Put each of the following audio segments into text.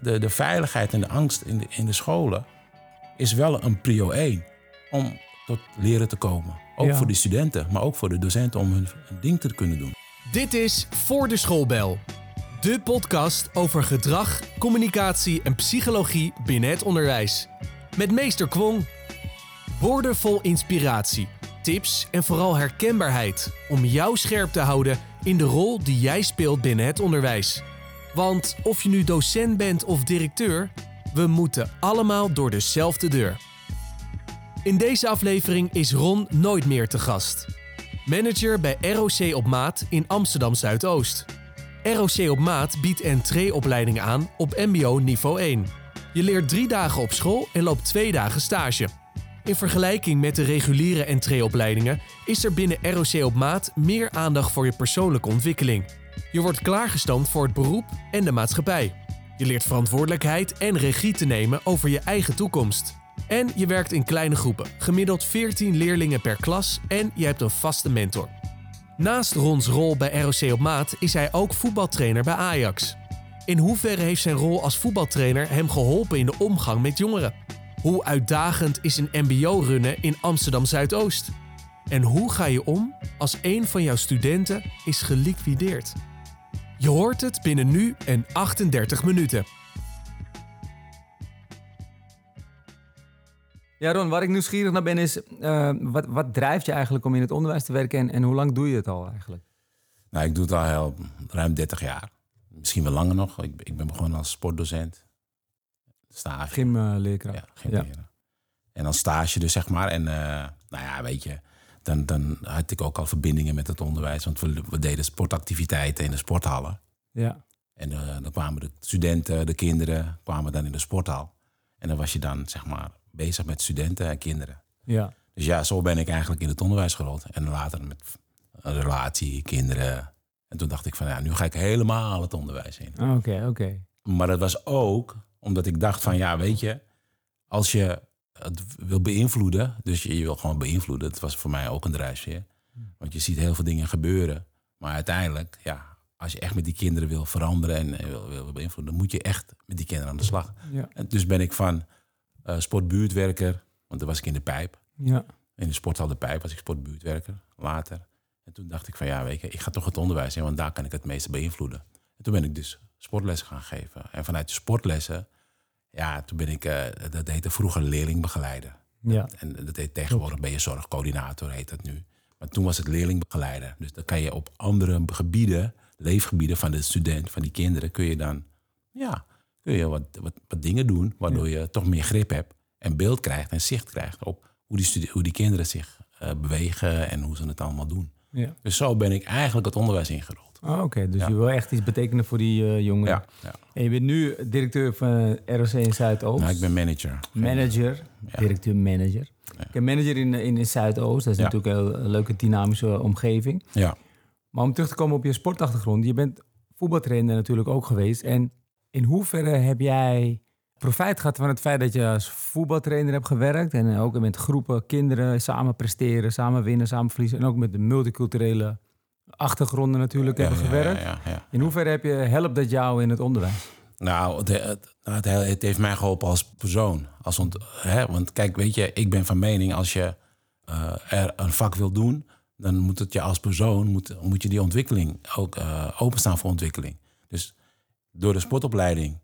de veiligheid en de angst in de scholen is wel een prio 1 om tot leren te komen. Ook voor de studenten, maar ook voor de docenten om hun ding te kunnen doen. Dit is Voor de Schoolbel. De podcast over gedrag, communicatie en psychologie binnen het onderwijs. Met meester Kwong. Woorden vol inspiratie, tips en vooral herkenbaarheid om jou scherp te houden in de rol die jij speelt binnen het onderwijs. Want of je nu docent bent of directeur, we moeten allemaal door dezelfde deur. In deze aflevering is Ron nooit meer te gast. Manager bij ROC op Maat in Amsterdam Zuidoost. ROC op Maat biedt entreeopleiding aan op mbo niveau 1. Je leert 3 dagen op school en loopt 2 dagen stage. In vergelijking met de reguliere entreeopleidingen is er binnen ROC op Maat meer aandacht voor je persoonlijke ontwikkeling. Je wordt klaargestoomd voor het beroep en de maatschappij. Je leert verantwoordelijkheid en regie te nemen over je eigen toekomst. En je werkt in kleine groepen, gemiddeld 14 leerlingen per klas en je hebt een vaste mentor. Naast Rons rol bij ROC op Maat is hij ook voetbaltrainer bij Ajax. In hoeverre heeft zijn rol als voetbaltrainer hem geholpen in de omgang met jongeren? Hoe uitdagend is een mbo runnen in Amsterdam Zuidoost? En hoe ga je om als een van jouw studenten is geliquideerd? Je hoort het binnen nu en 38 minuten. Ja, Ron, waar ik nieuwsgierig naar ben is, wat drijft je eigenlijk om in het onderwijs te werken en hoe lang doe je het al eigenlijk? Nou, ik doe het al ruim 30 jaar. Misschien wel langer nog. Ik ben begonnen als sportdocent. Stage. Gymleerkracht. Ja, gymleraar. En dan stage dus, zeg maar. En nou ja, weet je, dan had ik ook al verbindingen met het onderwijs. Want we deden sportactiviteiten in de sporthallen. Ja. En dan kwamen de studenten, de kinderen, kwamen dan in de sporthal. En dan was je dan, zeg maar, bezig met studenten en kinderen. Ja. Dus ja, zo ben ik eigenlijk in het onderwijs gerold. En later met een relatie, kinderen. En toen dacht ik van, ja, nu ga ik helemaal het onderwijs in. Oké. Maar dat was ook omdat ik dacht van, ja, weet je, als je het wil beïnvloeden, dus je wil gewoon beïnvloeden. Dat was voor mij ook een drijfveer. Want je ziet heel veel dingen gebeuren. Maar uiteindelijk, ja, als je echt met die kinderen wil veranderen en wil beïnvloeden, dan moet je echt met die kinderen aan de slag. Ja. En dus ben ik van sportbuurtwerker, want toen was ik in de Pijp. Ja. In de sporthal de Pijp was ik sportbuurtwerker, later. En toen dacht ik van, ja, weet je, ik ga toch het onderwijs in, want daar kan ik het meeste beïnvloeden. En toen ben ik dus sportlessen gaan geven. En vanuit de sportlessen, ja, toen ben ik, dat heette vroeger leerlingbegeleider. Ja. En dat heet tegenwoordig ben je zorgcoördinator, heet dat nu. Maar toen was het leerlingbegeleider. Dus dan kan je op andere gebieden, leefgebieden van de student, van die kinderen, kun je dan, ja, kun je wat dingen doen, waardoor je toch meer grip hebt en beeld krijgt en zicht krijgt op hoe die kinderen zich bewegen en hoe ze het allemaal doen. Ja. Dus zo ben ik eigenlijk het onderwijs ingerold. Oké, dus je wil echt iets betekenen voor die jongeren. Ja. En je bent nu directeur van ROC in Zuidoost. Nou, ik ben manager. Directeur-manager. Ja. Ik ben manager in Zuidoost. Dat is natuurlijk een hele leuke dynamische omgeving. Ja. Maar om terug te komen op je sportachtergrond. Je bent voetbaltrainer natuurlijk ook geweest. En in hoeverre heb jij profijt gehad van het feit dat je als voetbaltrainer hebt gewerkt en ook met groepen kinderen samen presteren, samen winnen, samen verliezen en ook met de multiculturele achtergronden natuurlijk hebben gewerkt. Ja. In hoeverre helpt dat jou in het onderwijs? Nou, het heeft mij geholpen als persoon. Want kijk, weet je, ik ben van mening als je er een vak wil doen, dan moet het je als persoon, moet je die ontwikkeling ook openstaan voor ontwikkeling. Dus door de sportopleiding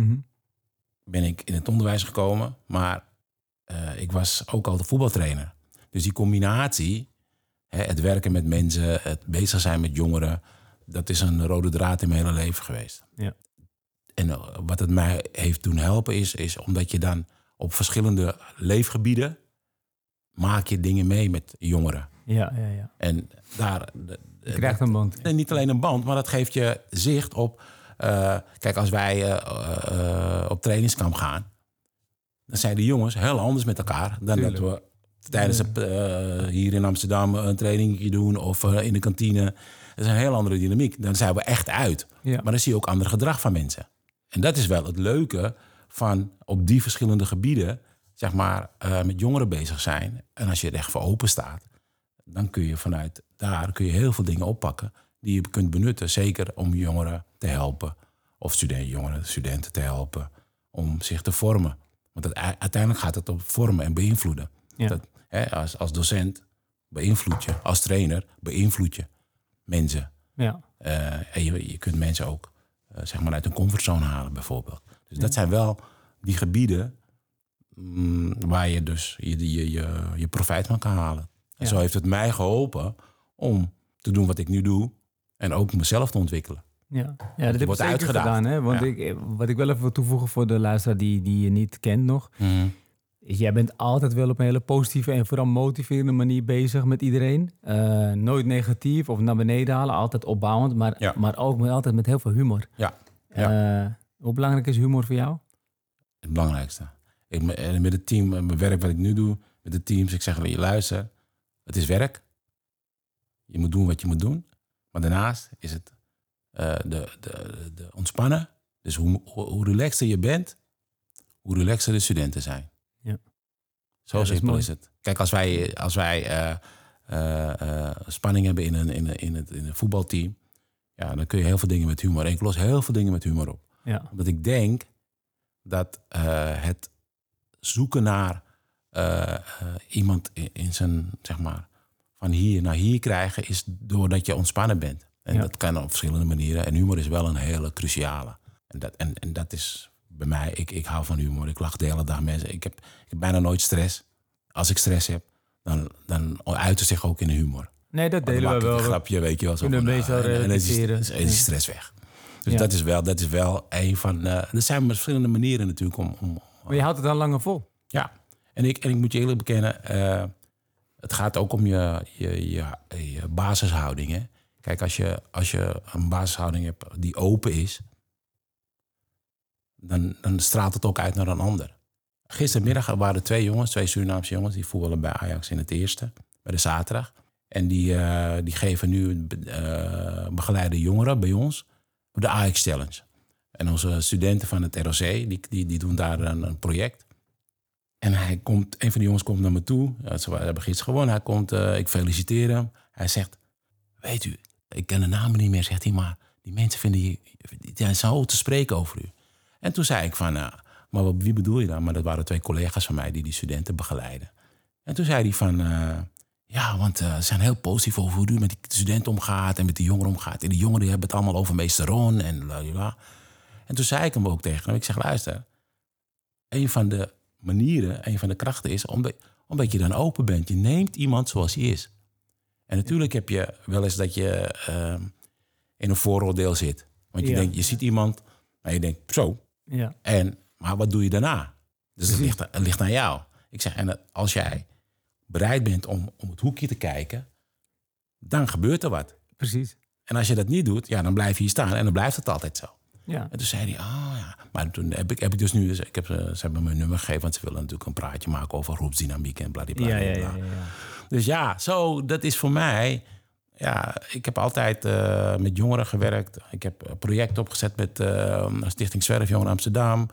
ben ik in het onderwijs gekomen, maar ik was ook al de voetbaltrainer. Dus die combinatie, het werken met mensen, het bezig zijn met jongeren, dat is een rode draad in mijn hele leven geweest. Ja. En wat het mij heeft doen helpen is omdat je dan op verschillende leefgebieden maak je dingen mee met jongeren. Ja. En daar je krijgt een band. En niet alleen een band, maar dat geeft je zicht op. Kijk, als wij op trainingskamp gaan, dan zijn de jongens heel anders met elkaar dan dat we tijdens hier in Amsterdam een trainingje doen of in de kantine. Dat is een heel andere dynamiek. Dan zijn we echt uit. Ja. Maar dan zie je ook ander gedrag van mensen. En dat is wel het leuke van op die verschillende gebieden, zeg maar, met jongeren bezig zijn. En als je er echt voor open staat, dan kun je vanuit daar heel veel dingen oppakken die je kunt benutten. Zeker om jongeren te helpen of studenten te helpen om zich te vormen. Want uiteindelijk gaat het om vormen en beïnvloeden. Ja. Als docent beïnvloed je, als trainer beïnvloed je mensen. Ja. En je kunt mensen ook zeg maar uit een comfortzone halen bijvoorbeeld. Dus dat zijn wel die gebieden waar je dus je profijt van kan halen. En zo heeft het mij geholpen om te doen wat ik nu doe en ook mezelf te ontwikkelen. Ja, dat heb ik zeker gedaan. Hè? Want wat ik wel even wil toevoegen voor de luisteraar die je niet kent nog, is jij bent altijd wel op een hele positieve en vooral motiverende manier bezig met iedereen. Nooit negatief of naar beneden halen, altijd opbouwend, maar ook altijd met heel veel humor. Ja. Hoe belangrijk is humor voor jou? Het belangrijkste. Met het team, mijn werk wat ik nu doe, met de teams, ik zeg, luister, het is werk. Je moet doen wat je moet doen. Maar daarnaast is het de ontspannen. Dus hoe relaxter je bent, hoe relaxer de studenten zijn. Ja. Zo simpel is het. Kijk, als wij spanning hebben in een voetbalteam, ja, dan kun je heel veel dingen met humor. En ik los heel veel dingen met humor op. Ja. Omdat ik denk dat het zoeken naar iemand in zijn, zeg maar, van hier naar hier krijgen is doordat je ontspannen bent. En dat kan op verschillende manieren. En humor is wel een hele cruciale. En dat is bij mij, ik hou van humor. Ik lach de hele dag mensen. Ik heb bijna nooit stress. Als ik stress heb, dan uit het zich ook in de humor. Nee, dat delen we wel. Een grapje, weet je wel. Zo van, en is die stress weg. Dus dat is wel een van... er zijn verschillende manieren natuurlijk om... Maar je houdt het al langer vol. Ja. En ik moet je eerlijk bekennen... het gaat ook om je basishouding. Hè? Kijk, als je een basishouding hebt die open is... Dan straalt het ook uit naar een ander. Gistermiddag waren er 2 Surinaamse jongens... die voetballen bij Ajax in het eerste, bij de zaterdag. En die geven nu begeleide jongeren bij ons... de Ajax Challenge. En onze studenten van het ROC, die doen daar een project. En een van die jongens komt naar me toe. Ze hebben gisteren gewonnen. Hij komt, ik feliciteer hem. Hij zegt, weet u, ik ken de namen niet meer, zegt hij, maar die mensen vinden die zijn zo te spreken over u. En toen zei ik van, maar wie bedoel je dan? Maar dat waren 2 collega's van mij die studenten begeleiden. En toen zei hij van, ja, want ze zijn heel positief over hoe u met die studenten omgaat en met die jongeren omgaat. En die jongeren die hebben het allemaal over meester Ron en bla. En toen zei ik hem ook tegen hem, ik zeg, luister, een van de manieren, een van de krachten is omdat je dan open bent. Je neemt iemand zoals hij is. En natuurlijk heb je wel eens dat je in een vooroordeel zit. Want je denkt, je ziet iemand en je denkt, zo. Ja. Maar wat doe je daarna? Dus het ligt aan jou. Ik zeg, en als jij bereid bent om het hoekje te kijken, dan gebeurt er wat. Precies. En als je dat niet doet, ja, dan blijf je hier staan en dan blijft het altijd zo. Ja. En toen zei hij, ja. Maar toen heb ik dus nu... ze hebben mijn nummer gegeven, want ze willen natuurlijk een praatje maken over groepsdynamiek en bladibla. Ja. Dus ja, zo, dat is voor mij... Ja, ik heb altijd met jongeren gewerkt. Ik heb projecten opgezet met Stichting Zwerfjongeren Amsterdam.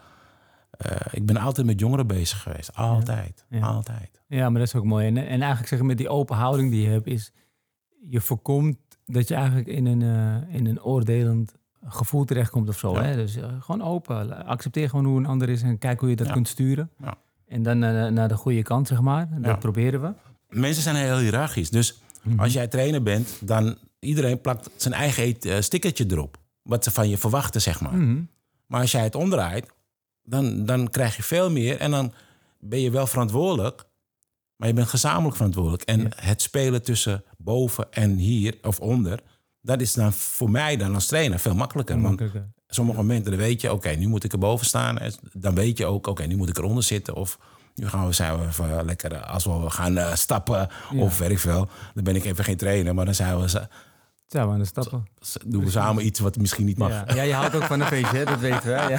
Ik ben altijd met jongeren bezig geweest. Altijd. Ja, maar dat is ook mooi. En eigenlijk zeggen met die open houding die je hebt, is je voorkomt dat je eigenlijk in een oordelend gevoel terechtkomt of zo. Ja. Hè? Dus gewoon open. Accepteer gewoon hoe een ander is en kijk hoe je dat kunt sturen. Ja. En dan naar de goede kant, zeg maar. Dat proberen we. Mensen zijn heel hiërarchisch. Dus als jij trainer bent, dan iedereen plakt zijn eigen stickertje erop. Wat ze van je verwachten, zeg maar. Mm-hmm. Maar als jij het omdraait, dan krijg je veel meer. En dan ben je wel verantwoordelijk, maar je bent gezamenlijk verantwoordelijk. En het spelen tussen boven en hier of onder, dat is dan voor mij dan als trainer veel makkelijker. Want sommige momenten dan weet je, oké, nu moet ik er boven staan. Dan weet je ook, oké, nu moet ik eronder zitten. Of nu zijn we even lekker, als we gaan stappen of weet ik veel. Dan ben ik even geen trainer, maar dan zijn we aan de stappen. Doen we samen iets wat misschien niet mag. Ja, je houdt ook van een feestje, hè? Dat weten we.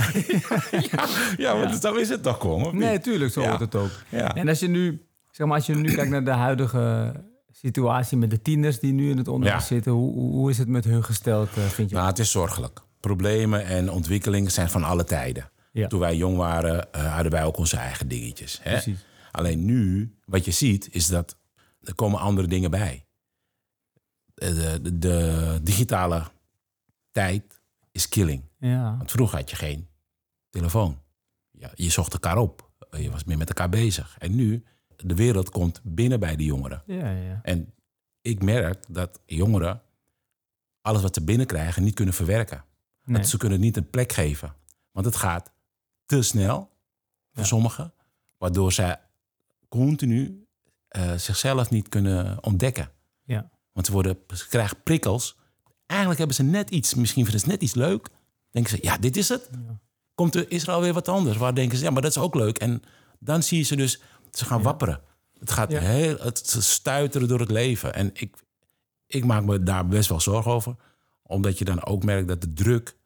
Maar zo is het toch gewoon? Nee, tuurlijk, zo wordt het ook. Ja. En als je nu kijkt naar de huidige situatie met de tieners die nu in het onderwijs zitten, hoe is het met hun gesteld, vind je? Nou, het is zorgelijk. Problemen en ontwikkelingen zijn van alle tijden. Ja. Toen wij jong waren, hadden wij ook onze eigen dingetjes. Hè? Precies. Alleen nu, wat je ziet, is dat er komen andere dingen bij. De digitale tijd is killing. Ja. Want vroeger had je geen telefoon. Ja, je zocht elkaar op. Je was meer met elkaar bezig. En nu, de wereld komt binnen bij die jongeren. Ja. En ik merk dat jongeren alles wat ze binnenkrijgen niet kunnen verwerken. Nee. Dat ze kunnen niet een plek geven. Want het gaat te snel voor sommigen. Waardoor zij continu zichzelf niet kunnen ontdekken. Ja. Want ze krijgen prikkels. Eigenlijk hebben ze net iets, misschien vinden ze net iets leuk. Denken ze, ja, dit is het. Ja. Is er alweer wat anders? Waar denken ze, ja, maar dat is ook leuk. En dan zie je ze dus, ze gaan wapperen. Het gaat ze stuiteren door het leven. En ik maak me daar best wel zorgen over. Omdat je dan ook merkt dat de druk...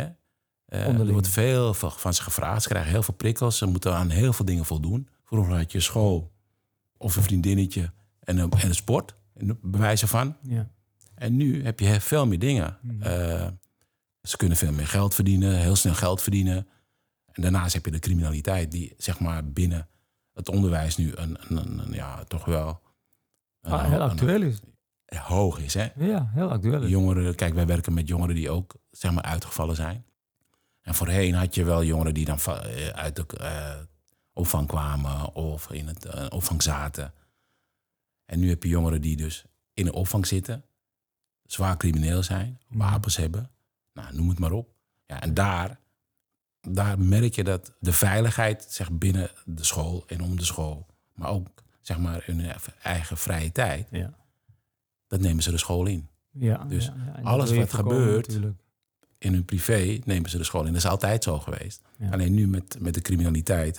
er wordt veel van ze gevraagd. Ze krijgen heel veel prikkels. Ze moeten aan heel veel dingen voldoen. Vroeger had je school of een vriendinnetje en een sport. Bewijzen van. Ja. En nu heb je veel meer dingen. Ze kunnen veel meer geld verdienen. Heel snel geld verdienen. En daarnaast heb je de criminaliteit die zeg maar binnen het onderwijs nu toch wel... heel actueel is. Hoog is, hè? Ja, heel actueel is. Jongeren, kijk, wij werken met jongeren die ook zeg maar uitgevallen zijn. En voorheen had je wel jongeren die dan uit de opvang kwamen of in het opvang zaten. En nu heb je jongeren die dus in de opvang zitten, zwaar crimineel zijn, wapens hebben. Nou, noem het maar op. Ja, en daar merk je dat de veiligheid zeg, binnen de school en om de school, maar ook zeg maar in hun eigen vrije tijd, dat nemen ze de school in. Ja, dus en alles wat gebeurt natuurlijk in hun privé nemen ze de school in. Dat is altijd zo geweest. Ja. Alleen nu met de criminaliteit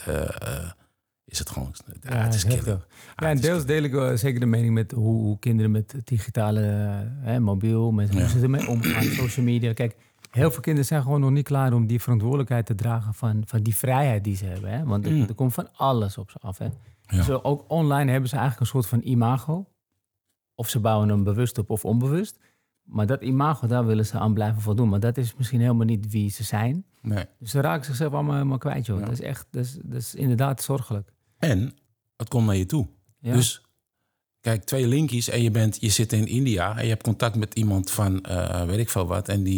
is het gewoon... het is killing. En deels deel ik zeker de mening met hoe kinderen met digitale mobiel, met hoe ze ermee omgaan, social media. Kijk, heel veel kinderen zijn gewoon nog niet klaar om die verantwoordelijkheid te dragen van die vrijheid die ze hebben. Hè? Want er komt van alles op ze af. Hè? Ja. Dus ook online hebben ze eigenlijk een soort van imago. Of ze bouwen hem bewust op of onbewust. Maar dat imago, daar willen ze aan blijven voldoen. Maar dat is misschien helemaal niet wie ze zijn. Nee. Dus ze raken zichzelf allemaal helemaal kwijt, joh. Ja. Dat is echt, dat is inderdaad zorgelijk. En het komt naar je toe. Ja. Dus kijk, 2 linkies en je zit in India en je hebt contact met iemand van weet ik veel wat. En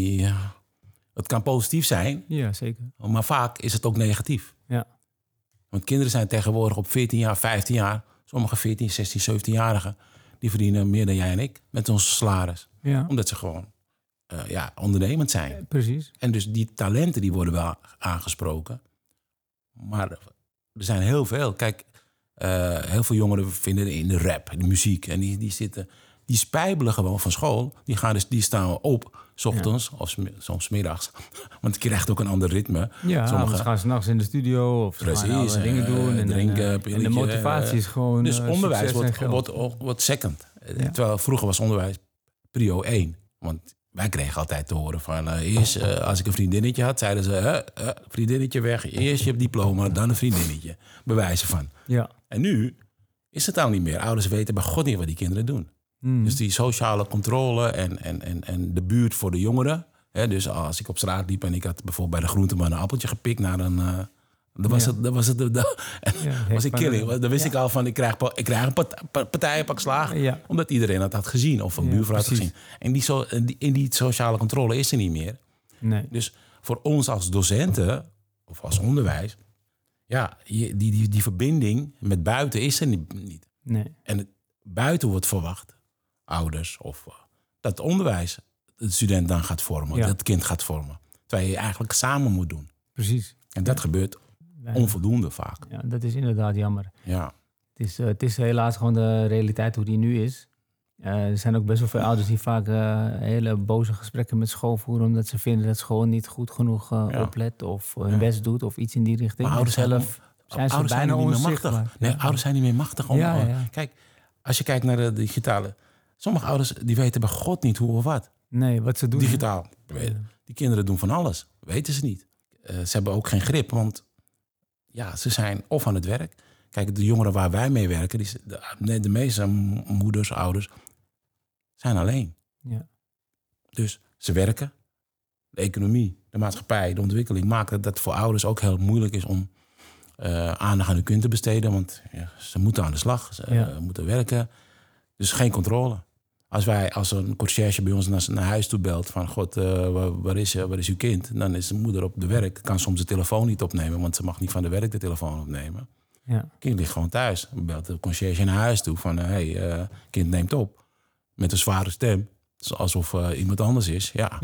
het kan positief zijn. Ja, zeker. Maar vaak is het ook negatief. Ja. Want kinderen zijn tegenwoordig op 14 jaar, 15 jaar. Sommige 14, 16, 17-jarigen. Die verdienen meer dan jij en ik met ons salaris. Ja. Omdat ze gewoon ondernemend zijn. Ja, precies. En dus die talenten die worden wel aangesproken. Maar er zijn heel veel. Kijk, heel veel jongeren vinden in de rap, in de muziek. En die spijbelen gewoon van school. Die staan op, 's ochtends of soms 's middags. Want je krijgt ook een ander ritme. Ja, sommige gaan 's nachts in de studio of ze gaan dingen doen. En drinken, en de motivatie is gewoon dus onderwijs wordt second. Ja. Terwijl vroeger was onderwijs prio 1. Want wij kregen altijd te horen van... eerst als ik een vriendinnetje had, zeiden ze... vriendinnetje weg, eerst je diploma, dan een vriendinnetje. Bewijzen van. Ja. En nu is het al niet meer. Ouders weten bij God niet wat die kinderen doen. Dus die sociale controle en de buurt voor de jongeren. Hè, dus als ik op straat liep en ik had bijvoorbeeld bij de groenteman een appeltje gepikt naar een... Dan was ik killing. Dan wist ik al van, ik krijg een partijenpak slagen. Ja. Omdat iedereen dat had gezien. Of een buurvrouw had gezien. En die sociale controle is er niet meer. Nee. Dus voor ons als docenten, of als onderwijs... Ja, die verbinding met buiten is er niet. Nee. En buiten wordt verwacht, ouders, of dat onderwijs de student dan gaat vormen. Dat het kind gaat vormen. Terwijl je eigenlijk samen moet doen. Precies. En dat gebeurt onvoldoende vaak. Ja, dat is inderdaad jammer. Ja. Het is helaas gewoon de realiteit hoe die nu is. Er zijn ook best wel veel ouders die vaak hele boze gesprekken met school voeren... omdat ze vinden dat school niet goed genoeg oplet of hun best doet of iets in die richting. Maar ouders zijn bijna niet meer machtig. Nee, ouders zijn niet meer machtig. Kijk, als je kijkt naar de digitale... Sommige ouders die weten bij God niet hoe of wat. Nee, wat ze doen. Digitaal. Die kinderen doen van alles. Weten ze niet. Ze hebben ook geen grip, want ze zijn of aan het werk. Kijk, de jongeren waar wij mee werken, de meeste moeders, ouders, zijn alleen. Ja. Dus ze werken. De economie, de maatschappij, de ontwikkeling maken dat het voor ouders ook heel moeilijk is om aandacht aan hun kind te besteden. Want ze moeten aan de slag, ze moeten werken. Dus geen controle. Als een conciërge bij ons naar huis toe belt van... God, waar is uw kind? Dan is de moeder op de werk. Kan soms de telefoon niet opnemen, want ze mag niet van de werk de telefoon opnemen. Ja. Het kind ligt gewoon thuis. Dan belt de conciërge naar huis toe van... kind neemt op. Met een zware stem. Alsof iemand anders is. Ja,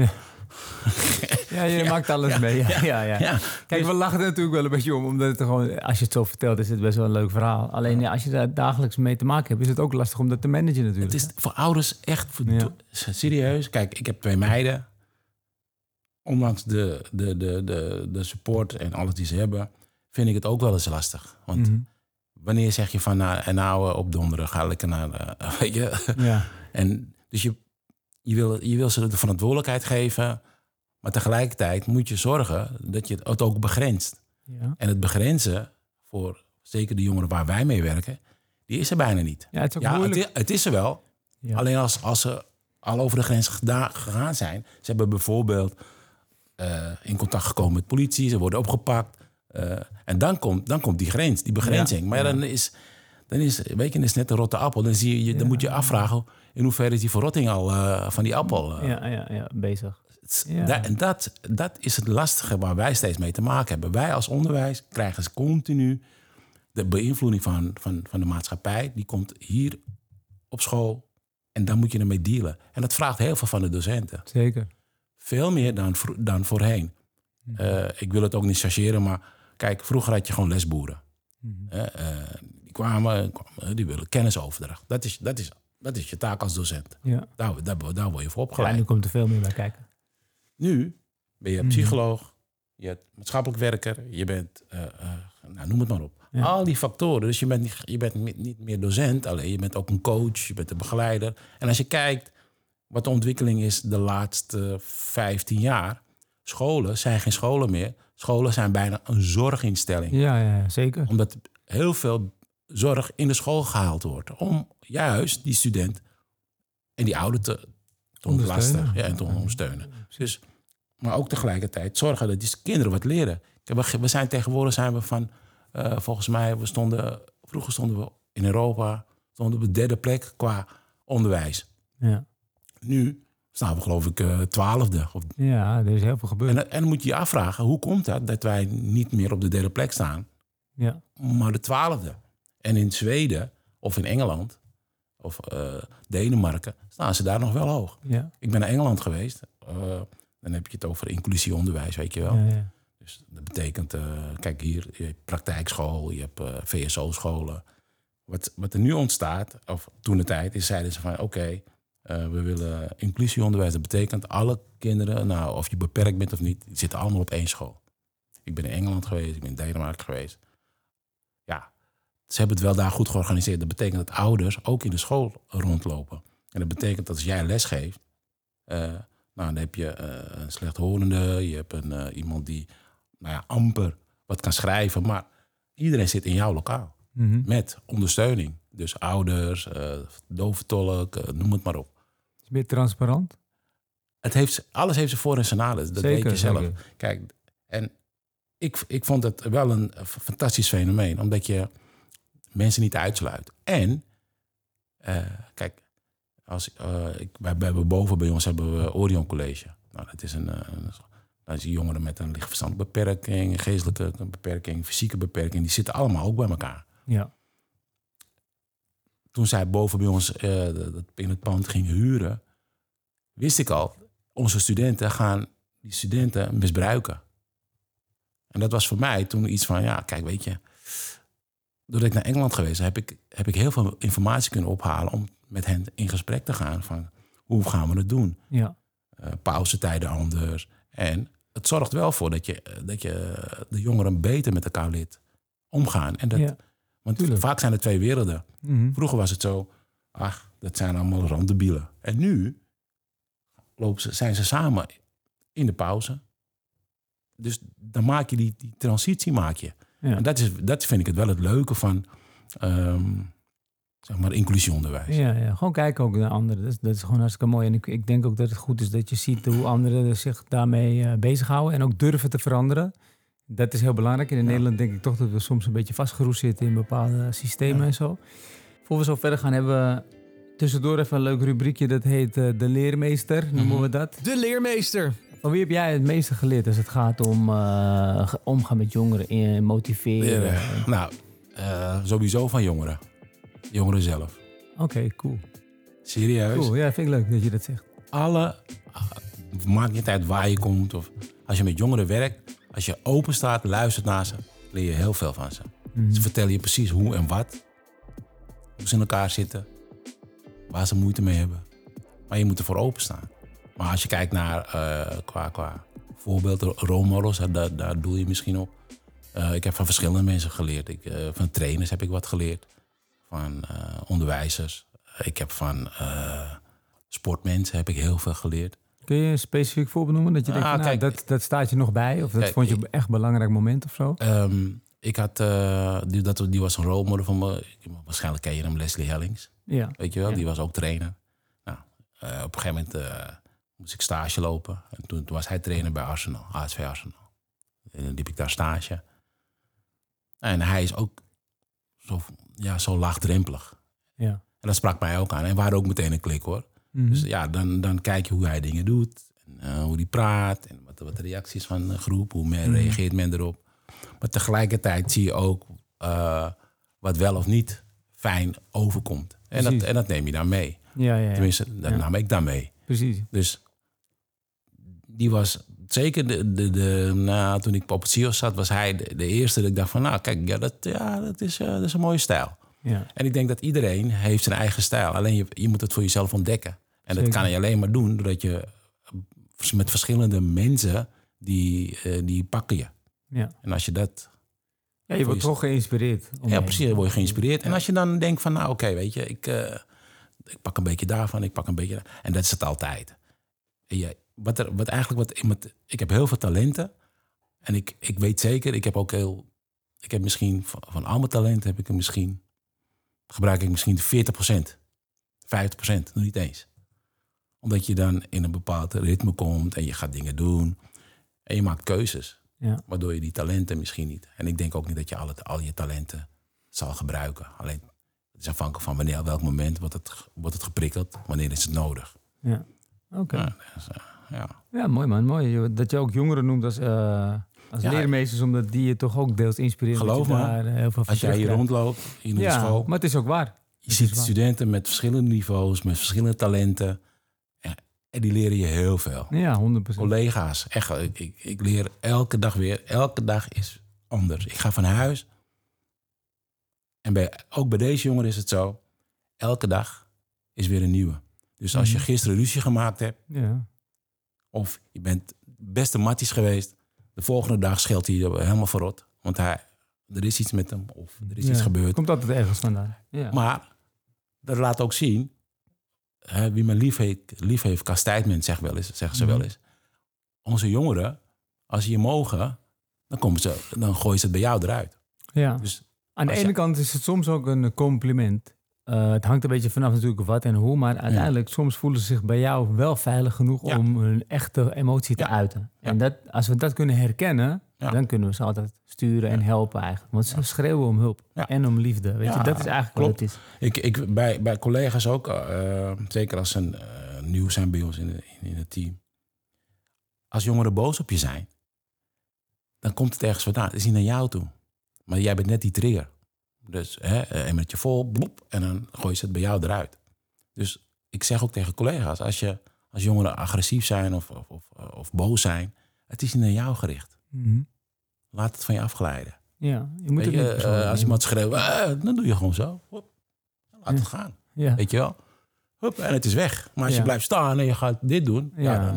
ja je maakt alles mee. Ja. Kijk, we lachen er natuurlijk wel een beetje om. Omdat het gewoon, als je het zo vertelt, is het best wel een leuk verhaal. Alleen als je daar dagelijks mee te maken hebt... is het ook lastig om dat te managen natuurlijk. Het is voor ouders echt serieus. Kijk, ik heb 2 meiden. Ondanks de support en alles die ze hebben... vind ik het ook wel eens lastig. Want wanneer zeg je van... op donderdag ga lekker naar... weet je? Ja. En dus je wil ze de verantwoordelijkheid geven... maar tegelijkertijd moet je zorgen dat je het ook begrenst. Ja. En het begrenzen voor zeker de jongeren waar wij mee werken... die is er bijna niet. Ja, het is ook moeilijk. Het is er wel. Ja. Alleen als ze al over de grens gegaan zijn... ze hebben bijvoorbeeld in contact gekomen met politie... ze worden opgepakt. En dan komt die grens, die begrenzing. Ja. Maar dan is... weet je, is net een rotte appel. Dan moet je afvragen in hoeverre is die verrotting al van die appel bezig. Ja. En dat is het lastige waar wij steeds mee te maken hebben. Wij als onderwijs krijgen continu de beïnvloeding van de maatschappij. Die komt hier op school en dan moet je ermee dealen. En dat vraagt heel veel van de docenten. Zeker. Veel meer dan voorheen. Ik wil het ook niet chargeren, maar kijk, vroeger had je gewoon lesboeren. Die kwamen, die willen kennisoverdracht. Dat is je taak als docent. Ja. Daar word je voor opgeleid. Ja, nu komt er veel meer bij kijken. Nu ben je psycholoog, je bent maatschappelijk werker, je bent, noem het maar op. Ja. Al die factoren. Dus je bent niet meer docent, alleen je bent ook een coach, je bent een begeleider. En als je kijkt wat de ontwikkeling is de laatste 15 jaar... scholen zijn geen scholen meer. Scholen zijn bijna een zorginstelling. Ja, zeker. Omdat heel veel zorg in de school gehaald wordt. Om juist die student en die ouder te ontlasten en te ondersteunen. Dus, maar ook tegelijkertijd zorgen dat die kinderen wat leren. Tegenwoordig zijn we van... volgens mij, vroeger stonden we in Europa... stonden we op de 3e plek qua onderwijs. Ja. Nu staan we geloof ik 12e. Ja, er is heel veel gebeurd. En dan moet je je afvragen, hoe komt dat wij niet meer op de 3e plek staan... Ja. Maar de 12e. En in Zweden of in Engeland of Denemarken staan ze daar nog wel hoog. Ja. Ik ben naar Engeland geweest. Dan heb je het over inclusieonderwijs, weet je wel. Ja. Dus dat betekent, kijk hier, je hebt praktijkschool, je hebt VSO-scholen. Wat er nu ontstaat, of toen de tijd, zeiden ze van oké, we willen inclusieonderwijs. Dat betekent alle kinderen, of je beperkt bent of niet, die zitten allemaal op 1 school. Ik ben in Engeland geweest, ik ben in Denemarken geweest. Ja, ze hebben het wel daar goed georganiseerd. Dat betekent dat ouders ook in de school rondlopen. En dat betekent dat als jij les geeft... dan heb je een slechthorende, je hebt iemand die amper wat kan schrijven. Maar iedereen zit in jouw lokaal. Mm-hmm. Met ondersteuning. Dus ouders, doventolk, noem het maar op. Is het meer transparant? Alles heeft zijn voor- en zijn nadelen. Dat weet je zelf. Zeker. Kijk, en ik vond het wel een fantastisch fenomeen. Omdat je mensen niet uitsluit. En, kijk... wij hebben boven bij ons hebben we Orion College. Nou, dat is dat is jongeren met een lichtverstandelijke beperking, geestelijke beperking, fysieke beperking. Die zitten allemaal ook bij elkaar. Ja. Toen zij boven bij ons in het pand gingen huren, wist ik al, onze studenten gaan die studenten misbruiken. En dat was voor mij toen iets van, kijk, weet je, doordat ik naar Engeland geweest ben, heb ik heel veel informatie kunnen ophalen om met hen in gesprek te gaan van hoe gaan we het doen. Ja. Pauzetijden anders. En het zorgt wel voor dat je de jongeren beter met elkaar leert omgaan. En want vaak zijn er 2 werelden. Mm-hmm. Vroeger was het zo, dat zijn allemaal randebielen. En nu zijn ze samen in de pauze. Dus dan maak je die transitie maak je. Ja. En dat vind ik het wel het leuke van zeg maar inclusieonderwijs. Ja, gewoon kijken ook naar anderen. Dat is gewoon hartstikke mooi. En ik denk ook dat het goed is dat je ziet hoe anderen zich daarmee bezighouden en ook durven te veranderen. Dat is heel belangrijk. En in Nederland denk ik toch dat we soms een beetje vastgeroest zitten in bepaalde systemen en zo. Voor we zo verder gaan hebben we tussendoor even een leuk rubriekje. Dat heet De Leermeester, noemen we dat. De Leermeester. Van wie heb jij het meeste geleerd als het gaat om omgaan met jongeren, motiveren? Sowieso van jongeren. Jongeren zelf. Oké, cool. Serieus? Cool, ja, vind ik leuk dat je dat zegt. Maakt niet uit waar je komt. Of als je met jongeren werkt, als je open staat, luistert naar ze, leer je heel veel van ze. Ze vertellen je precies hoe en wat. Hoe ze in elkaar zitten. Waar ze moeite mee hebben. Maar je moet ervoor openstaan. Maar als je kijkt naar qua voorbeelden, role models, daar doe je misschien op. Ik heb van verschillende mensen geleerd. Van trainers heb ik wat geleerd. Van onderwijzers. Ik heb van sportmensen heb ik heel veel geleerd. Kun je een specifiek voorbeeld noemen? Dat je denkt, dat staat je nog bij? Of dat vond je echt een belangrijk moment of zo? Ik had, die was een role model van me. Waarschijnlijk ken je hem, Leslie Hellings. Ja. Weet je wel, ja. Die was ook trainer. Nou, op een gegeven moment moest ik stage lopen. En toen was hij trainer bij Arsenal, ASV Arsenal. En dan liep ik daar stage. En hij is ook zo laagdrempelig. Ja. En dat sprak mij ook aan. En we hadden ook meteen een klik, hoor. Mm-hmm. Dus ja, dan kijk je hoe hij dingen doet. En, hoe hij praat. En wat de reacties van de groep. Hoe reageert men erop. Maar tegelijkertijd zie je ook wat wel of niet fijn overkomt. En dat neem je dan mee. Ja. Tenminste, dat nam ik dan mee. Precies. Dus die was zeker toen ik op het CIO's zat, was hij de eerste dat ik dacht van, kijk, dat is een mooie stijl. Ja. En ik denk dat iedereen heeft zijn eigen stijl. Alleen je moet het voor jezelf ontdekken. En dat kan je alleen maar doen doordat je met verschillende mensen die pakken je. Ja. En als je dat... Ja, je wordt toch geïnspireerd. Ja, precies, dan word je geïnspireerd. Ja. En als je dan denkt van, oké, weet je, ik pak een beetje daarvan, ik pak een beetje... En dat is het altijd. Ik heb heel veel talenten. En ik weet zeker, ik heb misschien, van al mijn talenten heb ik er misschien... gebruik ik misschien 40%, 50%, nog niet eens. Omdat je dan in een bepaald ritme komt en je gaat dingen doen. En je maakt keuzes. Ja. Waardoor je die talenten misschien niet... En ik denk ook niet dat je al je talenten zal gebruiken. Alleen, het is afhankelijk van wanneer, op welk moment wordt het geprikkeld. Wanneer is het nodig. Ja, oké. Ja, dus, ja, mooi man. Mooi dat je ook jongeren noemt als leermeesters. Omdat die je toch ook deels inspireren. Geloof me, heel veel als jij hier rondloopt in de school... maar het is ook waar. Je ziet studenten met verschillende niveaus, met verschillende talenten... En die leren je heel veel. Ja, 100%. Collega's, echt. Ik leer elke dag weer. Elke dag is anders. Ik ga van huis. En ook bij deze jongeren is het zo. Elke dag is weer een nieuwe. Dus als je gisteren ruzie gemaakt hebt... Ja. Of je bent beste matties geweest... de volgende dag scheldt hij je helemaal verrot. Want er is iets met hem. Of er is iets gebeurd. Komt altijd ergens vandaan. Ja. Maar dat laat ook zien... wie men lief heeft, kastijdt zeggen ze wel eens. Onze jongeren, als ze je mogen, dan gooien ze het bij jou eruit. Ja. Dus aan de ene kant is het soms ook een compliment. Het hangt een beetje vanaf natuurlijk wat en hoe, maar uiteindelijk soms voelen ze zich bij jou wel veilig genoeg om hun echte emotie te uiten. Ja. En als we dat kunnen herkennen, dan kunnen we ze altijd sturen en helpen eigenlijk. Want ze schreeuwen om hulp en om liefde. Weet je, dat is eigenlijk wat het is. Bij collega's ook, zeker als ze nieuw zijn bij ons in het team. Als jongeren boos op je zijn, dan komt het ergens vandaan. Het is niet naar jou toe. Maar jij bent net die trigger. Dus en met je vol, bloep, en dan gooi je het bij jou eruit. Dus ik zeg ook tegen collega's, als jongeren agressief zijn of boos zijn, het is niet naar jou gericht. Mm-hmm. Laat het van je afglijden. Ja, je moet het als iemand schreeuwt, dan doe je gewoon zo. Laat het gaan. Ja. Weet je wel? Hup, en het is weg. Maar als je blijft staan en je gaat dit doen...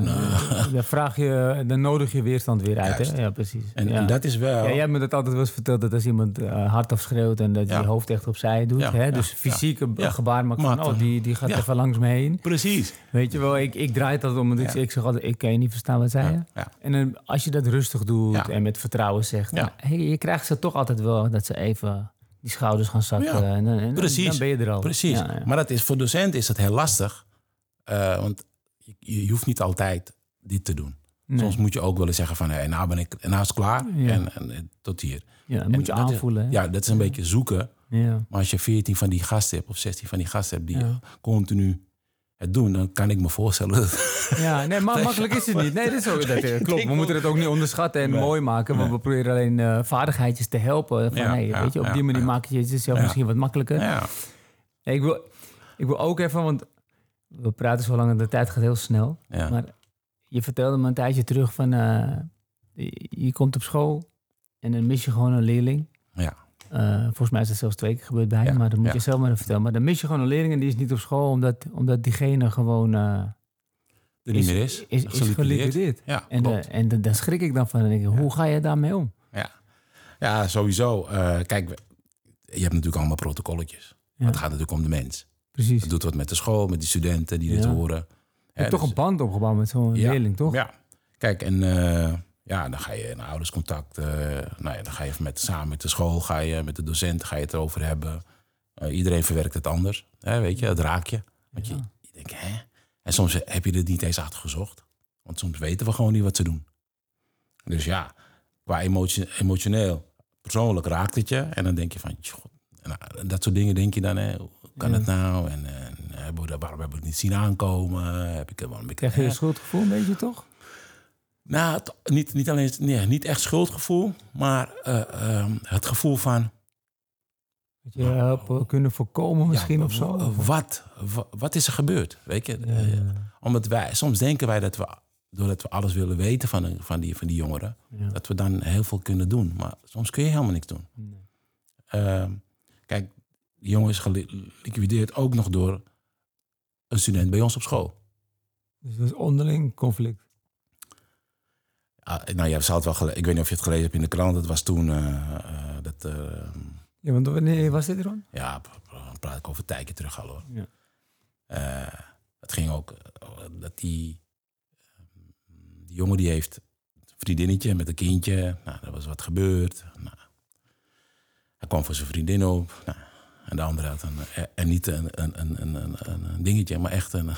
dan nodig je weerstand weer uit. Hè? Ja, precies. En dat is wel... Ja, jij hebt me dat altijd wel eens verteld... dat als iemand hardop schreeuwt... en dat je hoofd echt opzij doet. Hè? Dus fysieke gebaar maakt van... die gaat even langs me heen. Precies. Weet je wel, ik draai het altijd om... ik zeg altijd, ik kan je niet verstaan wat zei je. Ja. En als je dat rustig doet... en met vertrouwen zegt... je krijgt ze toch altijd wel... dat ze even... die schouders gaan zakken en dan ben je er al. Precies, maar voor docenten is dat heel lastig. Want je hoeft niet altijd dit te doen. Nee. Soms moet je ook willen zeggen van... nou is het klaar en tot hier. Ja, dan moet je aanvoelen. Dat is een beetje zoeken Ja. Maar als je 14 van die gasten hebt of 16 van die gasten hebt die continu het doen, dan kan ik me voorstellen dat... Ja, nee, maar makkelijk is het niet. Nee, dat is ook, dat klopt. We moeten het ook niet onderschatten en mooi maken. Want we proberen alleen vaardigheidjes te helpen. Van, weet je, op die manier maak je het jezelf misschien wat makkelijker. Ja. Nee, ik wil ook even, want we praten zo lang en de tijd gaat heel snel. Ja. Maar je vertelde me een tijdje terug van... je komt op school en dan mis je gewoon een leerling. Ja. Volgens mij is dat zelfs 2 keer gebeurd bij je, maar dat moet je zelf maar even vertellen. Maar dan mis je gewoon een leerling en die is niet op school omdat diegene gewoon... er niet meer is. Is geliquideerd. Ja, en daar schrik ik dan van. En denk ik, hoe ga je daarmee om? Ja, sowieso. Kijk, je hebt natuurlijk allemaal protocolletjes. Maar het gaat natuurlijk om de mens. Precies. Het doet wat met de school, met die studenten die dit horen. Je hebt toch een band opgebouwd met zo'n leerling, toch? Ja. Kijk, en dan ga je naar ouderscontact. Dan ga je samen met de school, ga je met de docent, ga je het erover hebben. Iedereen verwerkt het anders. Weet je, het raakt je. Want je denkt, hè? En soms heb je er niet eens achter gezocht. Want soms weten we gewoon niet wat ze doen. Dus ja, qua emotioneel, persoonlijk raakt het je. En dan denk je van, dat soort dingen denk je dan, hoe kan het nou? En waarom heb ik het niet zien aankomen? Krijg je een schuldgevoel een beetje, toch? Nou, niet echt schuldgevoel, maar het gevoel van... Dat je helpen kunnen voorkomen misschien of zo? Wat is er gebeurd? Weet je? Omdat soms denken wij dat doordat we alles willen weten van die jongeren, dat we dan heel veel kunnen doen. Maar soms kun je helemaal niks doen. Nee. Kijk, die jongen is geliquideerd ook nog door een student bij ons op school. Dus dat is onderling conflict? Je zal het wel ik weet niet of je het gelezen hebt in de krant. Dat was toen... Ja, want wanneer was dit, Ron? Ja, dan praat ik over een tijdje terug al, hoor. Ja. Het ging ook dat die jongen die heeft een vriendinnetje met een kindje. Nou, er was wat gebeurd. Nou, hij kwam voor zijn vriendin op. Nou, en de andere had niet een dingetje, maar echt een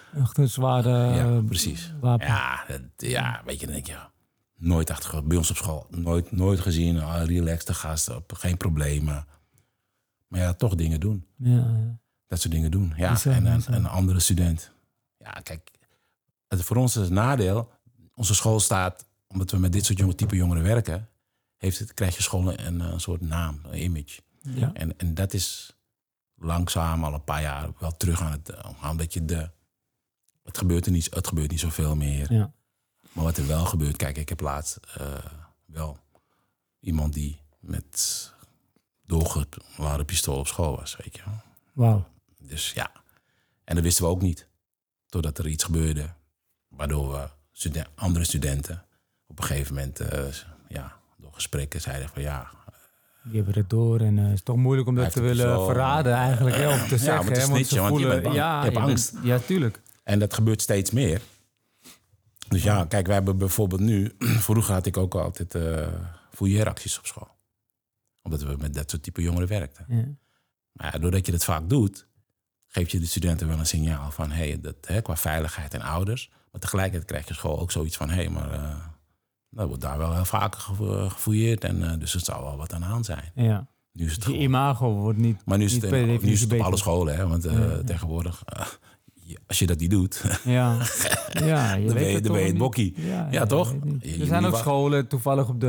zware precies. Wapen. Weet je, dan denk je, nooit achter bij ons op school, nooit gezien, relaxed gast, geen problemen. Maar toch dingen doen. Ja. Dat soort dingen doen. Ja, en een andere student. Ja, kijk, voor ons is het nadeel. Onze school staat, omdat we met dit soort type jongeren werken, krijg je school een soort naam, een image. Ja. En dat is langzaam al een paar jaar wel terug aan het gaan. Dat je het gebeurt niet zoveel meer. Ja. Maar wat er wel gebeurt, kijk, ik heb laatst wel iemand die met doorgeladen pistool op school was, weet je wel. Wauw. Dus ja, en dat wisten we ook niet. Totdat er iets gebeurde, waardoor we andere studenten op een gegeven moment, door gesprekken zeiden van die hebben het door en het is toch moeilijk om dat te willen verraden eigenlijk, of te zeggen. Maar te snitchen, want je hebt angst. Ja, tuurlijk. En dat gebeurt steeds meer. Dus kijk, wij hebben bijvoorbeeld nu... Vroeger had ik ook altijd fouilleeracties op school. Omdat we met dat soort type jongeren werkten. Ja. Maar doordat je dat vaak doet, geef je de studenten wel een signaal van... qua veiligheid en ouders. Maar tegelijkertijd krijg je school ook zoiets van... dat wordt daar wel heel vaker gefouilleerd. En dus het zal wel wat aan de hand zijn. Ja. Nu is het je imago wordt niet... Maar nu is het op alle scholen, hè? Want tegenwoordig... als je dat niet doet, dan ben je het bokkie. Ja, toch? Er zijn ook scholen, toevallig op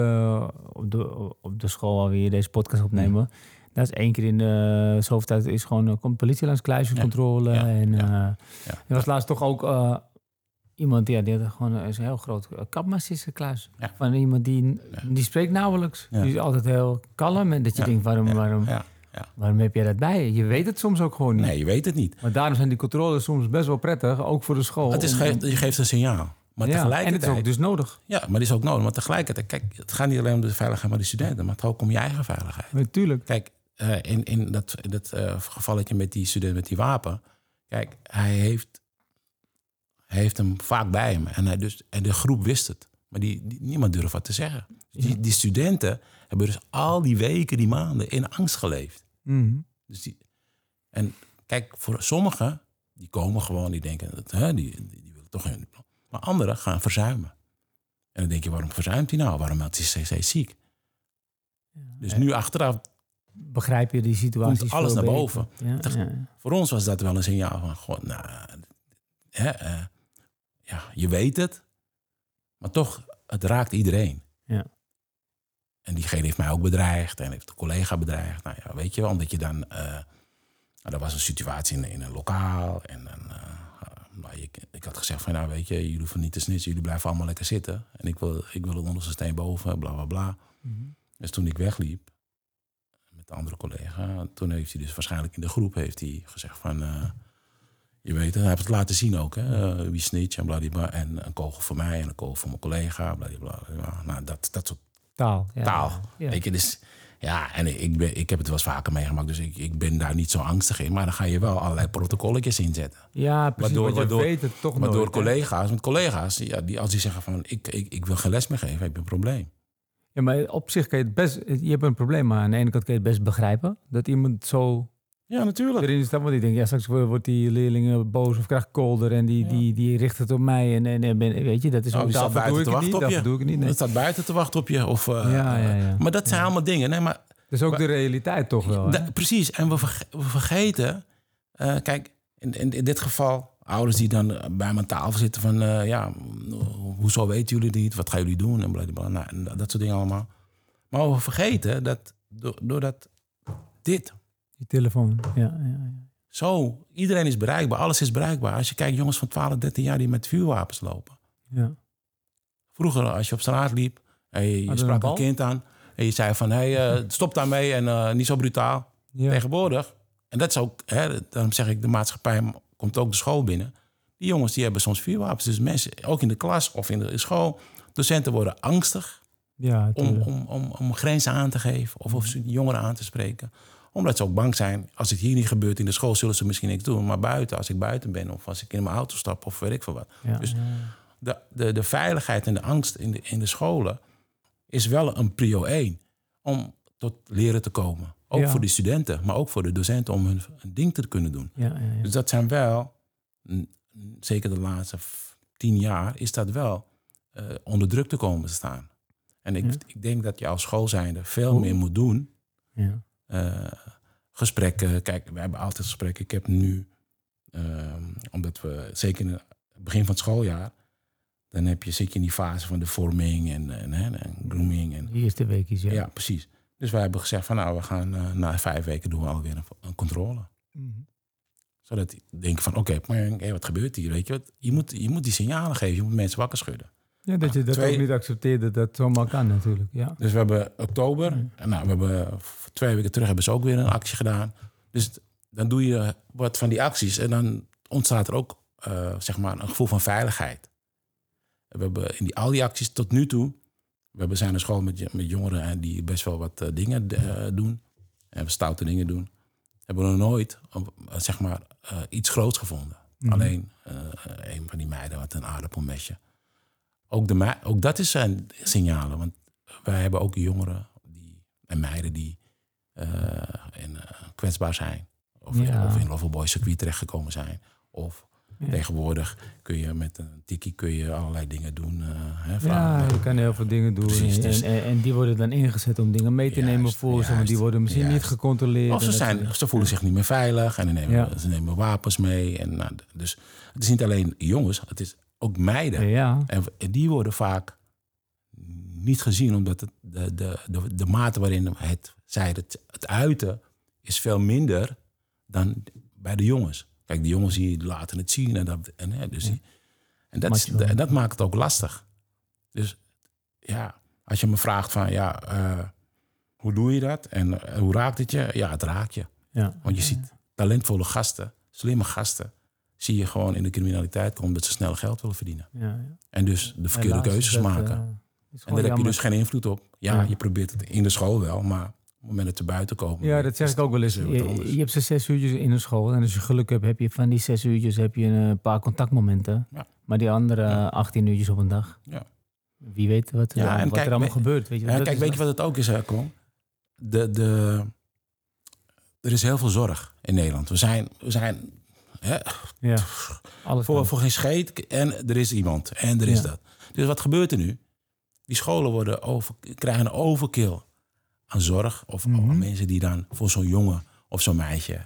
de school waar we hier deze podcast opnemen. Dat is 1 keer in de zoveel tijd is gewoon komt politie langs, kluisjescontrole. Er was laatst toch ook iemand die had gewoon een heel groot kapmastische kluis. Ja. Van iemand die spreekt nauwelijks. Ja. Die is altijd heel kalm en dat je denkt, waarom heb jij dat bij je? Je weet het soms ook gewoon niet. Nee, je weet het niet. Maar daarom zijn die controles soms best wel prettig, ook voor de school. Je geeft een signaal. Maar tegelijkertijd... En het is ook dus nodig. Ja, maar het is ook nodig. Maar tegelijkertijd, kijk, het gaat niet alleen om de veiligheid van de studenten, maar het gaat ook om je eigen veiligheid. Natuurlijk. Kijk, in dat gevalletje met die student met die wapen, kijk, hij heeft hem vaak bij hem. En de groep wist het. Maar niemand durft wat te zeggen. Die studenten hebben dus al die weken, die maanden in angst geleefd. Mm-hmm. Dus en kijk, voor sommigen, die komen gewoon, die denken, die willen toch hun plan. Maar anderen gaan verzuimen. En dan denk je, waarom verzuimt hij nou? Waarom is hij steeds ziek? Ja, dus nu achteraf begrijp je die situatie. Komt alles naar boven. Ja. Voor ons was dat wel een signaal van... God, je weet het. Maar toch, het raakt iedereen. Ja. En diegene heeft mij ook bedreigd. En heeft de collega bedreigd. Nou ja, weet je wel. Omdat je dan... er was een situatie in een lokaal. En dan... ik had gezegd van, nou weet je, jullie hoeven niet te snitsen. Jullie blijven allemaal lekker zitten. En ik wil het onderste steen boven, bla bla bla. Mm-hmm. Dus toen ik wegliep met de andere collega... toen heeft hij dus waarschijnlijk in de groep gezegd van... je weet, hij heeft het laten zien ook, hè. Wie snitch en bladibla. En een kogel voor mij en een kogel voor mijn collega, bladibla. Nou, dat soort taal. Ja. Weet je, dus... Ja, en ik heb het wel eens vaker meegemaakt, dus ik ben daar niet zo angstig in. Maar dan ga je wel allerlei protocolletjes inzetten. Ja, precies, waardoor, weet het toch maar nooit. Door collega's, die als die zeggen van... ik wil geen les meer geven, ik heb een probleem. Ja, maar op zich kan je het best... Je hebt een probleem, maar aan de ene kant kan je het best begrijpen. Dat iemand zo... Ja, natuurlijk. Erin staat, want die denkt, straks wordt die leerling boos of krijgt kolder... en die richt het op mij. En weet je, dat is ook... Dat doe ik niet. Nee. Het staat buiten te wachten op je. Of, ja. Maar dat zijn allemaal dingen. Nee, maar... Dat is ook de realiteit toch wel, hè? Precies. En we vergeten... kijk, in dit geval... ouders die dan bij mijn tafel zitten van... hoezo weten jullie niet? Wat gaan jullie doen? En blablabla. Nou, dat soort dingen allemaal. Maar we vergeten dat... doordat dit... Die telefoon, ja. Zo, iedereen is bereikbaar. Alles is bereikbaar. Als je kijkt, jongens van 12, 13 jaar... die met vuurwapens lopen. Ja. Vroeger, als je op straat liep... en je sprak een kind aan... en je zei van, stop daarmee en niet zo brutaal. Ja. Tegenwoordig, en dat is ook... daarom zeg ik, de maatschappij komt ook de school binnen. Die jongens die hebben soms vuurwapens. Dus mensen, ook in de klas of in de school... docenten worden angstig... Ja, om grenzen aan te geven... of jongeren aan te spreken... Omdat ze ook bang zijn, als het hier niet gebeurt in de school... zullen ze misschien niks doen. Maar buiten, als ik buiten ben of als ik in mijn auto stap... of weet ik veel wat. Ja, dus de veiligheid en de angst in de scholen... is wel een prio 1 om tot leren te komen. Ook voor de studenten, maar ook voor de docenten... om hun ding te kunnen doen. Ja. Dus dat zijn wel, zeker de laatste 10 jaar... is dat wel onder druk te komen te staan. En ik denk dat je als school zijnde veel meer moet doen... Ja. Gesprekken, kijk, we hebben altijd gesprekken. Ik heb nu, omdat we zeker in het begin van het schooljaar, dan zit je in die fase van de vorming en grooming. En, de eerste weekjes, ja. Ja, precies. Dus wij hebben gezegd van we gaan na 5 weken doen we alweer een controle. Mm-hmm. Zodat ik denk van oké, wat gebeurt hier? Weet je wat? Je moet die signalen geven, je moet mensen wakker schudden. Ja, dat je dat ook niet accepteert dat dat zomaar kan natuurlijk. Ja. Dus we hebben oktober. En we hebben 2 weken terug hebben ze ook weer een actie gedaan. Dus dan doe je wat van die acties. En dan ontstaat er ook een gevoel van veiligheid. We hebben al die acties tot nu toe... We zijn een school met jongeren die best wel wat dingen doen. En stoute dingen doen. Hebben we nog nooit iets groots gevonden. Mm-hmm. Alleen een van die meiden had een aardappelmesje. Ook dat zijn signalen. Want wij hebben ook jongeren en meiden die kwetsbaar zijn. Of in Loverboy circuit terechtgekomen zijn. Of tegenwoordig kun je met een tikkie allerlei dingen doen. Je kan heel veel dingen doen. Precies, en die worden dan ingezet om dingen mee te nemen voor ze. Maar die worden misschien niet gecontroleerd. Of ze voelen zich niet meer veilig. En ze nemen wapens mee. En, dus het is niet alleen jongens, het is ook meiden. Ja. En die worden vaak niet gezien, omdat de mate waarin het uiten is veel minder dan bij de jongens. Kijk, de jongens die laten het zien en dat maakt het ook lastig. Dus ja, als je me vraagt van hoe doe je dat en hoe raakt het je? Ja, het raakt je. Ja. Want je ziet talentvolle gasten, slimme gasten, zie je gewoon in de criminaliteit komen dat ze snel geld willen verdienen. Ja. En dus de verkeerde keuzes maken. En daar heb je dus geen invloed op. Ja, je probeert het in de school wel, maar op het moment dat ze buiten komen... Ja, dat zeg ik ook wel eens. Je hebt ze 6 uurtjes in een school. En als je geluk hebt, heb je van die 6 uurtjes heb je een paar contactmomenten. Ja. Maar die andere 18 uurtjes op een dag. Ja. Wie weet wat er allemaal gebeurt. Weet je, weet je wat het ook is, Koen? Er is heel veel zorg in Nederland. We zijn voor geen scheet en er is iemand. En er is dat. Dus wat gebeurt er nu? Die scholen krijgen een overkill aan zorg. Of mensen die dan voor zo'n jongen of zo'n meisje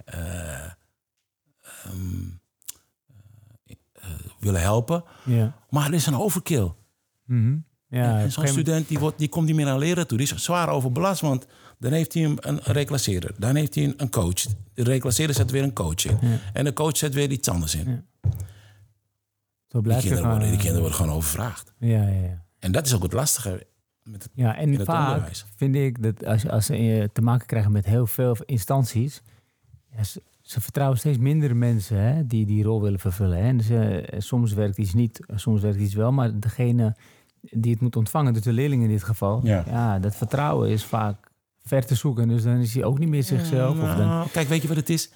willen helpen. Ja. Maar er is een overkill. Ja, en zo'n student die komt niet meer aan leren toe. Die is zwaar overbelast, want dan heeft hij een reclasseerder. Dan heeft hij een coach. De reclasseerder zet weer een coach in. Ja. En de coach zet weer iets anders in. Ja. Zo blijft die kinderen worden gewoon overvraagd. Ja. En dat is ook het lastige met het, en in het vaak onderwijs. Vind ik dat als ze te maken krijgen met heel veel instanties... Ja, ze vertrouwen steeds minder mensen die rol willen vervullen. Hè. En soms werkt iets niet, soms werkt iets wel. Maar degene die het moet ontvangen, dus de leerling in dit geval... Ja, dat vertrouwen is vaak ver te zoeken. Dus dan is hij ook niet meer zichzelf. Kijk, weet je wat het is?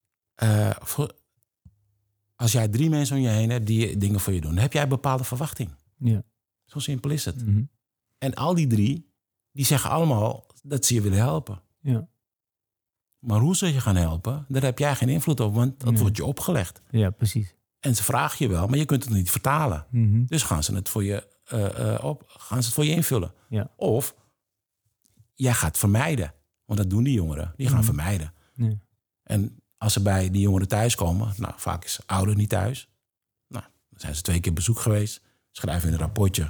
Als jij 3 mensen om je heen hebt die dingen voor je doen... dan heb jij een bepaalde verwachting. Ja. Zo simpel is het. Mm-hmm. En al die 3, die zeggen allemaal dat ze je willen helpen. Ja. Maar hoe ze je gaan helpen, daar heb jij geen invloed op... want dat wordt je opgelegd. Ja, precies. En ze vragen je wel, maar je kunt het niet vertalen. Mm-hmm. Dus gaan ze het voor je invullen. Ja. Of jij gaat vermijden. Want dat doen die jongeren. Die gaan vermijden. Ja. En als ze bij die jongeren thuiskomen... nou, vaak is ouder niet thuis. Nou, dan zijn ze 2 keer bezoek geweest. Schrijven in een rapportje.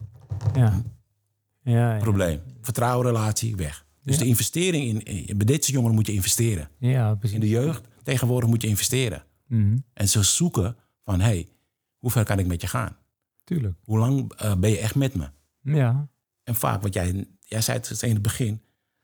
Ja. Probleem. Vertrouwenrelatie, weg. Dus de investering bij dit soort jongeren moet je investeren. Ja, precies. In de jeugd tegenwoordig moet je investeren. Mm-hmm. En ze zoeken van, hoe ver kan ik met je gaan? Tuurlijk. Hoe lang ben je echt met me? Ja. En vaak, wat jij zei het in het begin...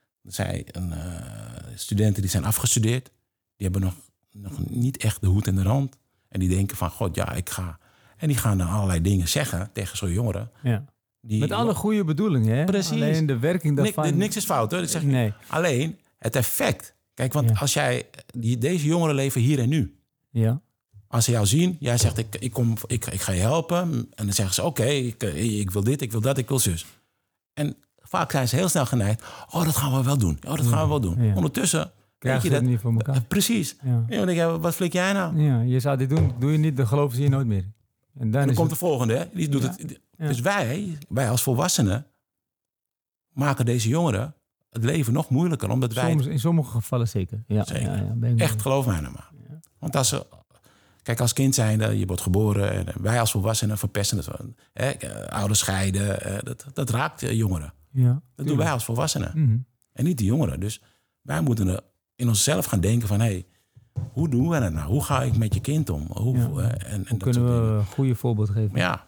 studenten die zijn afgestudeerd... die hebben nog niet echt de hoed in de rand. En die denken van, god, ja, ik ga... En die gaan dan allerlei dingen zeggen tegen zo'n jongeren. Ja. Met alle goede bedoelingen, hè? Precies. Alleen de werking daarvan... Niks is fout, hoor. Dat zeg ik. Nee. Alleen het effect. Kijk, want als jij... Deze jongeren leven hier en nu. Ja. Als ze jou zien, jij zegt, ik ga je helpen. En dan zeggen ze, oké, ik wil dit, ik wil dat, ik wil zus. En vaak zijn ze heel snel geneigd. Oh, dat gaan we wel doen. Ja. Ondertussen... Krijg je dat niet voor elkaar. Precies. Ja. Ja, dan denk je, wat flik jij nou? Ja, je zou dit doen, doe je niet, dan geloven ze je nooit meer. En dan komt de volgende, hè? Die doet het. Ja. Dus wij als volwassenen maken deze jongeren het leven nog moeilijker. Omdat in sommige gevallen zeker. Ja, zeker. Ja, echt, geloof mij nou maar. Ja. Want als kind zijnde, je wordt geboren... en wij als volwassenen verpesten het. Ouders scheiden, dat raakt jongeren. Ja, dat doen wij als volwassenen. Mm-hmm. En niet de jongeren. Dus wij moeten in onszelf gaan denken van... hoe doen we dat nou? Hoe ga ik met je kind om? Hoe kunnen we een goede voorbeeld geven? Ja.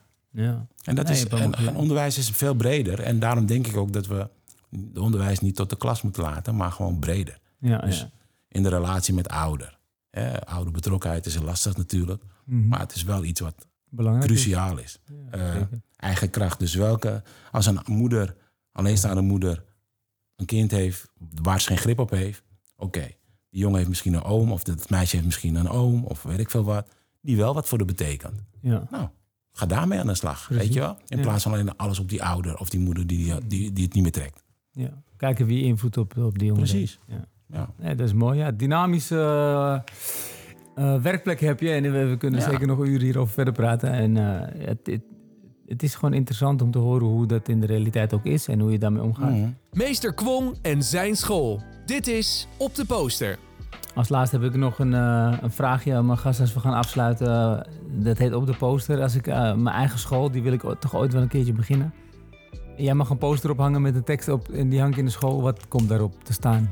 En onderwijs is veel breder. En daarom denk ik ook dat we de onderwijs niet tot de klas moeten laten... maar gewoon breder. In de relatie met ouder. Ouderbetrokkenheid is lastig natuurlijk. Mm-hmm. Maar het is wel iets wat belangrijk cruciaal is. Eigen kracht. Dus als een moeder, alleenstaande moeder... een kind heeft waar ze geen grip op heeft... oké. Die jongen heeft misschien een oom, of het meisje heeft misschien een oom, of weet ik veel wat, die wel wat voor de betekent. Ja. Nou, ga daarmee aan de slag, precies. Weet je wel? In plaats van alleen alles op die ouder of die moeder die het niet meer trekt. Ja. Kijken wie invloed op die jongen. Precies. Ja, dat is mooi. Ja, dynamische werkplek heb je en we kunnen zeker nog uren hierover verder praten. En het is gewoon interessant om te horen hoe dat in de realiteit ook is en hoe je daarmee omgaat. Mm-hmm. Meester Kwong en zijn school. Dit is Op de Poster. Als laatste heb ik nog een vraagje aan mijn gast als we gaan afsluiten. Dat heet Op de Poster. Als ik mijn eigen school, die wil ik toch ooit wel een keertje beginnen. Jij mag een poster ophangen met een tekst op en die hangt in de school. Wat komt daarop te staan?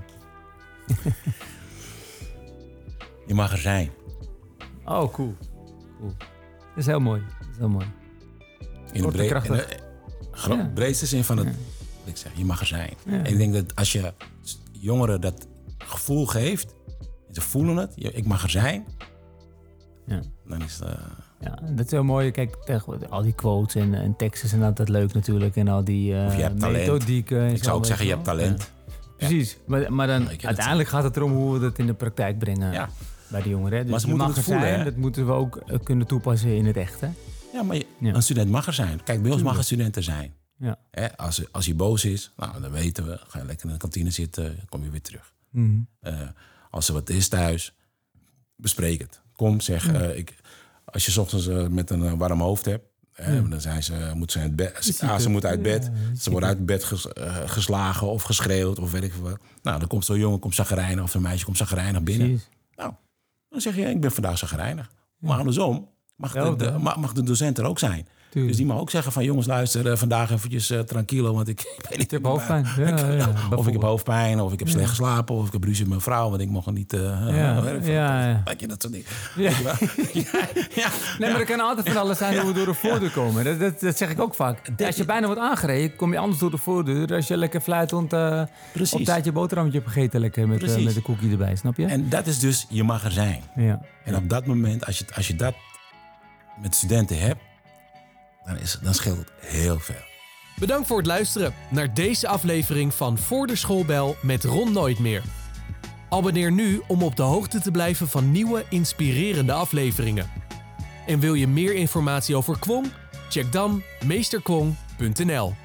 Je mag er zijn. Oh, cool. Dat is heel mooi. In de breedste zin van het... Ik zeg, je mag er zijn. Ja. En ik denk dat als je jongeren dat gevoel geeft... ze voelen het, ik mag er zijn... dan is het... Ja, dat is heel mooi. Kijk, al die quotes en teksten zijn altijd leuk natuurlijk. En al die methodieken. Ik zou ook zeggen, je hebt talent. Ja. Precies. Maar dan uiteindelijk gaat het erom hoe we dat in de praktijk brengen bij de jongeren. Dus maar ze moeten het voelen. Dat moeten we ook kunnen toepassen in het echt. Hè? Ja, maar een student mag er zijn. Kijk, bij ons mag een student er zijn. Ja. Als hij boos is, nou, dan weten we. Ga je lekker in de kantine zitten, kom je weer terug. Mm-hmm. Als er wat is thuis, bespreek het. Kom, zeg... als je 's ochtends met een warm hoofd hebt... Dan moet ze uit bed. Ze moet uit bed. Ze wordt uit bed geslagen of geschreeuwd of weet ik veel wat. Nou, dan komt zo'n jongen chagrijnig of een meisje komt chagrijnig binnen. Precies. Nou, dan zeg je, ik ben vandaag chagrijnig. Maar andersom mag de docent er ook zijn. Dus die mag ook zeggen van jongens, luister, vandaag eventjes tranquilo, want ik weet niet. Ik heb hoofdpijn. Of ik heb hoofdpijn, of ik heb slecht geslapen, of ik heb ruzie met mijn vrouw, want ik mocht er niet. Weet je, dat soort dingen. Nee, maar er kan altijd van alles zijn hoe we door de voordeur komen. Dat zeg ik ook vaak. Als je bijna wordt aangereden, kom je anders door de voordeur. Als je lekker fluitend op tijd je boterhammetje hebt gegeten, lekker met de cookie erbij, snap je? En dat is dus, je mag er zijn. Ja. En op dat moment, als je dat met studenten hebt, dan scheelt het heel veel. Bedankt voor het luisteren naar deze aflevering van Voor de Schoolbel met Ron Nooitmeer. Abonneer nu om op de hoogte te blijven van nieuwe, inspirerende afleveringen. En wil je meer informatie over Kwong? Check dan meesterkwong.nl.